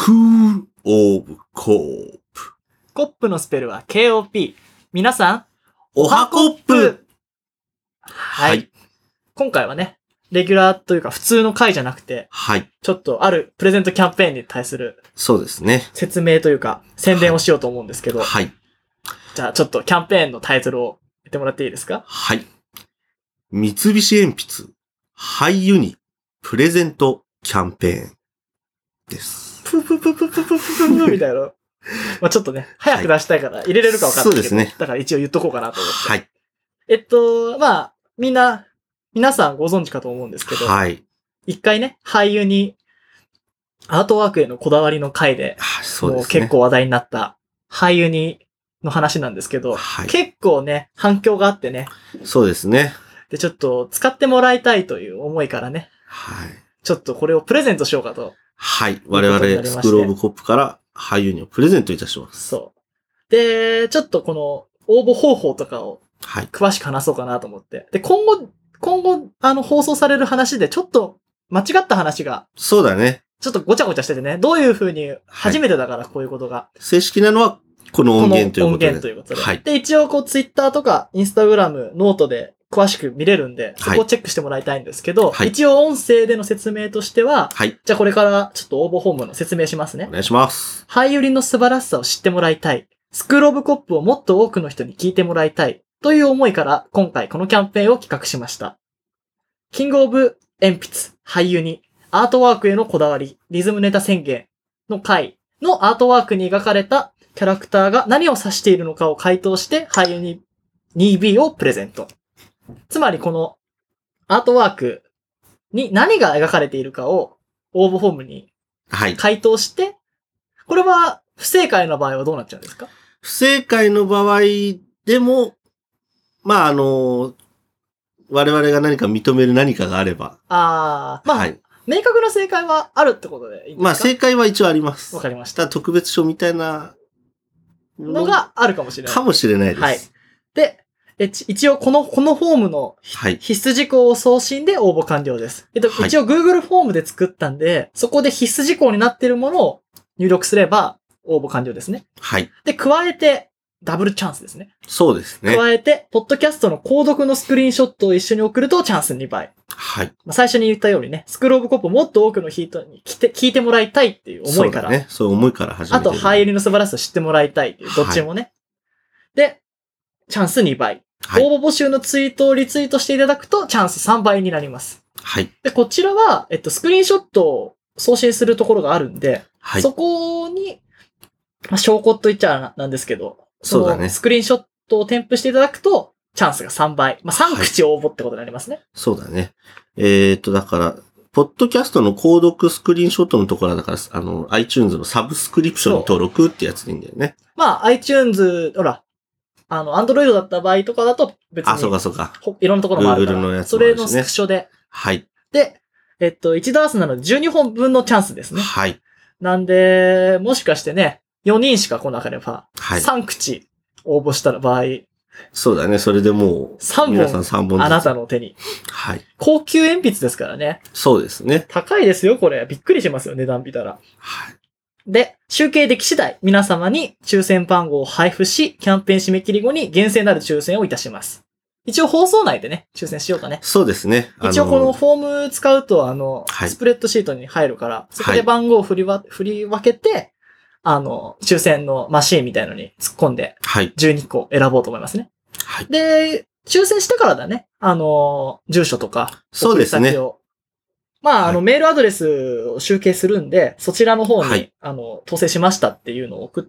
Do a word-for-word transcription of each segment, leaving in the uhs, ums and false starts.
クールオブコープ。 コップのスペルは ケーオーピー。皆さん、 おはコップ。 はい。今回はね、レギュラーというか普通の回じゃなくて、 はい。 ちょっとあるプレゼントキャンペーンに対するそうですね。 説明というか宣伝をしようと思うんですけど、 はい。 じゃあちょっとキャンペーンのタイトルを言ってもらっていいですか？ はい。三菱鉛筆ハイユニプレゼントキャンペーンです。 ププププププププみたいな。まあちょっとね、早く出したいから入れれるか分かんないけど、はい、そうですね。だから一応言っとこうかなと思って。 はい。 えっと、まあ、みんな、皆さんご存知かと思うんですけど、 はい。 一回ね、俳優にアートワークへのこだわりの回で、 そうですね、 もう結構話題になった俳優にの話なんですけど、はい、結構ね、反響があってね。 そうですね。 で、ちょっと使ってもらいたいという思いからね。 はい。 ちょっとこれをプレゼントしようかと。 はい。我々、スクールオブコップから俳優にをプレゼントいたします。 そう。で、ちょっとこの応募方法とかを、 はい。 詳しく話そうかなと思って。で、今後、今後、あの、放送される話でちょっと間違った話が。 そうだね。 ちょっとごちゃごちゃしててね。どういう風に、初めてだからこういうことが。 はい、正式なのは、この音源ということで。 音源ということで。 はい。 で、一応こう、ツイッターとか、インスタグラム、ノートで詳しく見れるんで、そこをチェックしてもらいたいんですけど、はい、一応音声での説明としては、はい。じゃあこれからちょっと応募フォームの説明しますね。 お願いします。 俳優の素晴らしさを知ってもらいたい。スクールオブコップをもっと多くの人に聞いてもらいたい。という思いから今回このキャンペーンを企画しました。キングオブ鉛筆、俳優にアートワークへのこだわり、リズムネタ宣言の回のアートワークに描かれたキャラクターが何を指しているのかを回答して俳優に ツービー をプレゼント。つまりこのアートワークに何が描かれているかを応募フォームに回答して、はい、これは不正解の場合はどうなっちゃうんですか？ 不正解の場合でも、まあ、あの、我々が何か認める何かがあれば。 ああ、まあ、はい、明確な正解はあるってことでいいんですか？ まあ、正解は一応あります。 わかりました。 特別賞みたいなのがあるかもしれない。 かもしれないです。 はい。で、え一応この、このフォームの、はい、必須事項を送信で応募完了です。えっと、はい、一応 Google フォームで作ったんで、そこで必須事項になっているものを入力すれば応募完了ですね。 はい。 で、加えて、ダブルチャンスですね。 そうですね。 加えて、ポッドキャストの購読のスクリーンショットを一緒に送るとチャンスにばい。 はい。 まあ、最初に言ったようにね、スクールオブコップをもっと多くの人に来て、聞いてもらいたいっていう思いから。 そうだね。そういう思いから始めてる。 あと、俳優の素晴らしさを知ってもらいたいっていう、どっちもね。はい、で、チャンスにばい。はい、応募募集のツイートをリツイートしていただくと、チャンスさんばいになります。 はい。 で、こちらは、えっと、スクリーンショットを送信するところがあるんで、はい、そこに、まあ、証拠と言っちゃなんですけど、 そうだね。 スクリーンショットを添付していただくと、チャンスがさんばい。まあ、さん口応募ってことになりますね。はい、 そうだね。えっと、だから、ポッドキャストの購読スクリーンショットのところだから、あの、iTunes のサブスクリプション登録ってやつでいいんだよね。 まあ、iTunes、ほら、あの、Android だった場合とかだと別に。 あ、そうかそうか。 いろんなところもあるから。 Google のやつもあるしね。それのスクショで。 はい。 で、えっと、いちダースなのでじゅうにほんぶんのチャンスですね。 はい。 なんで、もしかしてね、よにんしか来なければ、はい、さん口応募した場合。 そうだね。それでもう、 さんぼん、皆さんさんぼんあなたの手に。 はい。 高級鉛筆ですからね。 そうですね。 高いですよ、これ。びっくりしますよ、値段見たら。 はい。 で、集計でき次第、皆様に抽選番号を配布し、キャンペーン締め切り後に厳正なる抽選をいたします。一応放送内でね、抽選しようかね。 そうですね。 一応このフォーム使うと、あの、はい、スプレッドシートに入るから、そこで番号を振りわ、振り分けて、あの、抽選のマシーンみたいのに突っ込んで、はい。じゅうにこ選ぼうと思いますね。はい。で、抽選してからだね、あの、住所とか、 そうですね。 まあ、あの、はい、メールアドレスを集計するんで、そちらの方に、はい、あの、当選しましたっていうのを送って、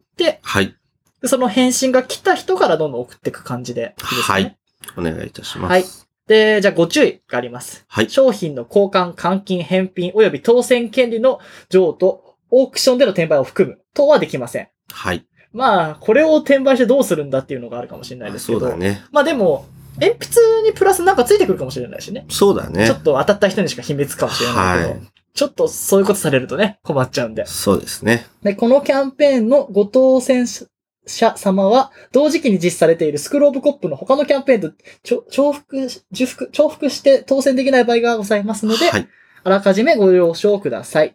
はい。で、その返信が来た人からどんどん送っていく感じでいいですかね。 はい。お願いいたします。 はい。で、じゃあご注意があります。はい。商品の交換、換金、返品、及び当選権利の譲渡、オークションでの転売を含むとはできません。 はい。 まあ、これを転売してどうするんだっていうのがあるかもしれないですけど。 そうだね。 まあでも、鉛筆にプラスなんかついてくるかもしれないしね。 そうだね。 ちょっと当たった人にしか秘密かもしれないけど。はい。ちょっとそういうことされるとね、困っちゃうんで。 そうですね。 で、このキャンペーンのご当選者様は、同時期に実施されているスクールオブコップの他のキャンペーンと重複、重複、重複して当選できない場合がございますので、はい、あらかじめご了承ください。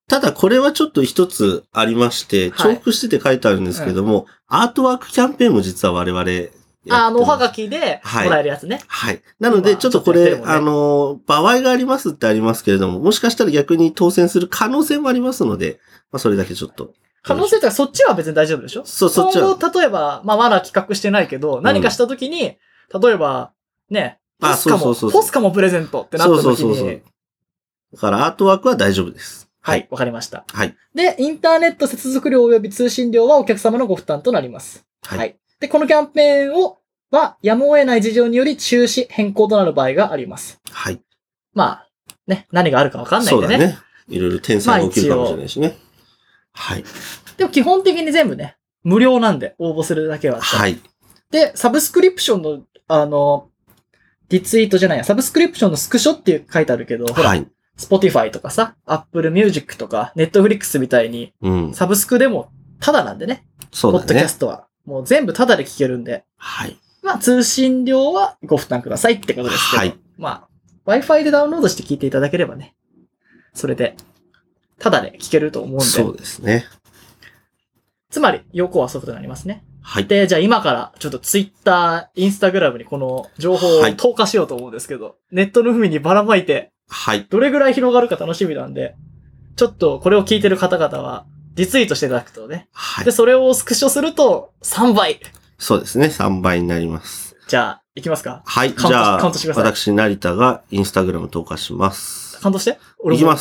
ただこれはちょっと一つありまして、 はい重複してて書いてあるんですけども、アートワークキャンペーンも実は我々やってます。 あ、あの、おはがきでもらえるやつね。 はい。はい、なので、ちょっとこれ、 ちょっとやってるもんねあの、場合がありますってありますけれども、もしかしたら逆に当選する可能性もありますので、まあそれだけちょっと。 可能性ってそっちは別に大丈夫でしょ？ そう、そっちは。 今後、例えば、まあ、まだ企画してないけど、何かしたときに、例えば、ね、ポスカも、ポスカもプレゼントってなったときに。そうそうそうそう。 だからアートワークは大丈夫です。 はい、わかりました。 はい。 で、インターネット接続料及び通信料はお客様のご負担となります。はい。はい、で、このキャンペーンを、は、やむを得ない事情により中止、変更となる場合があります。 はい。 まあ、ね、何があるかわかんないんでね。そうだね。 いろいろ転載が起きるかもしれないしね。はい。 でも基本的に全部ね、無料なんで、応募するだけは。 はい。 で、サブスクリプションの、あの、リツイートじゃないや、サブスクリプションのスクショっていう書いてあるけど、ほら、はい、Spotify とかさ、Apple Music とか、Netflix みたいに、うん、サブスクでもタダなんでね。そうだね。ポッドキャストは。もう全部タダで聞けるんで。はい。まあ、通信料はご負担くださいってことですけど。はい。まあ、Wi-Fi でダウンロードして聞いていただければね。それで、タダで聞けると思うんで。 そうですね。 つまり、要項はそういうことになりますね。 はい。 で、じゃあ今からちょっと Twitter、Instagram にこの情報を投下しようと思うんですけど、はい、ネットの海にばらまいて、はい。どれぐらい広がるか楽しみなんで、ちょっとこれを聞いてる方々は、リツイートしていただくとね。はい。で、それをスクショするとさんばい。 そうですね。さんばいになります。 じゃあ、いきますか？ はい。じゃあ、カウントしてください。私、成田が Instagram 投下します。 カウントして。 いきます。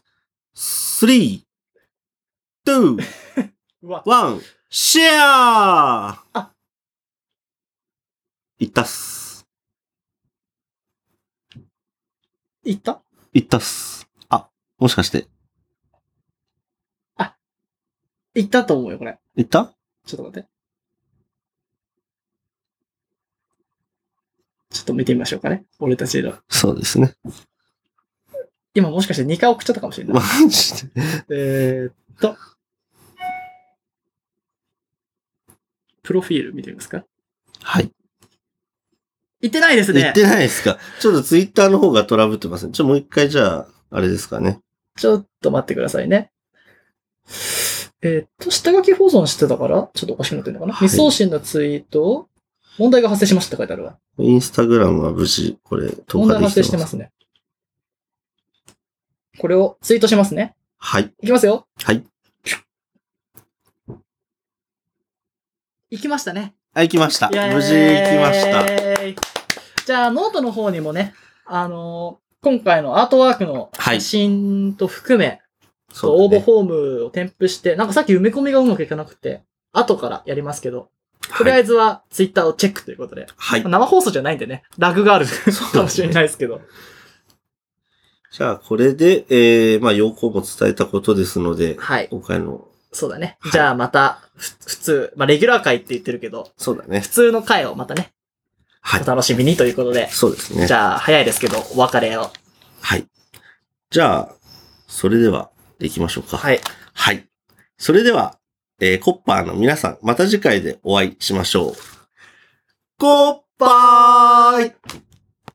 スリー、ツー、ワン、シェアあいったっす。 いったいったっす。あ、もしかして。 あ、いったと思うよ、これ。 いったちょっと待って。ちょっと見てみましょうかね。俺たちの。 そうですね。 今もしかしてにかい送っちゃったかもしれない。 マジで。 えーっと。プロフィール見てみますか？ はい。 言ってないですね。 言ってないですか。ちょっとツイッターの方がトラブってますね。ちょ、もう一回じゃあ、あれですかね。 ちょっと待ってくださいね。えー、っと、下書き保存してたから、ちょっとおかしくなってるのかな、はい、未送信のツイートを、問題が発生しましたって書いてあるわ。 インスタグラムは無事、これ、投下できてます。 問題発生してますね。これをツイートしますね。 はい。 いきますよ。 はい。 行きましたね。 はい、行きました。無事行きました。 じゃあ、ノートの方にもね、あのー、今回のアートワークの写真と含め、はい、応募フォームを添付して、なんかさっき埋め込みがうまくいかなくて、後からやりますけど、とりあえずはツイッターをチェックということで。はい。まあ、生放送じゃないんでね、ラグがあるかもしれないですけど。 じゃあ、これで、えー、まあ、要項も伝えたことですので、 はい。 今回の。 そうだね。はい、じゃあ、また、ふ、普通、まあ、レギュラー回って言ってるけど、 そうだね。 普通の回をまたね、はい。お楽しみにということで。 そうですね。 じゃあ、早いですけど、お別れを。 はい。じゃあ、それでは、行きましょうか。 はい。 はい。それでは、えー、コッパーの皆さん、また次回でお会いしましょう。コッパーイ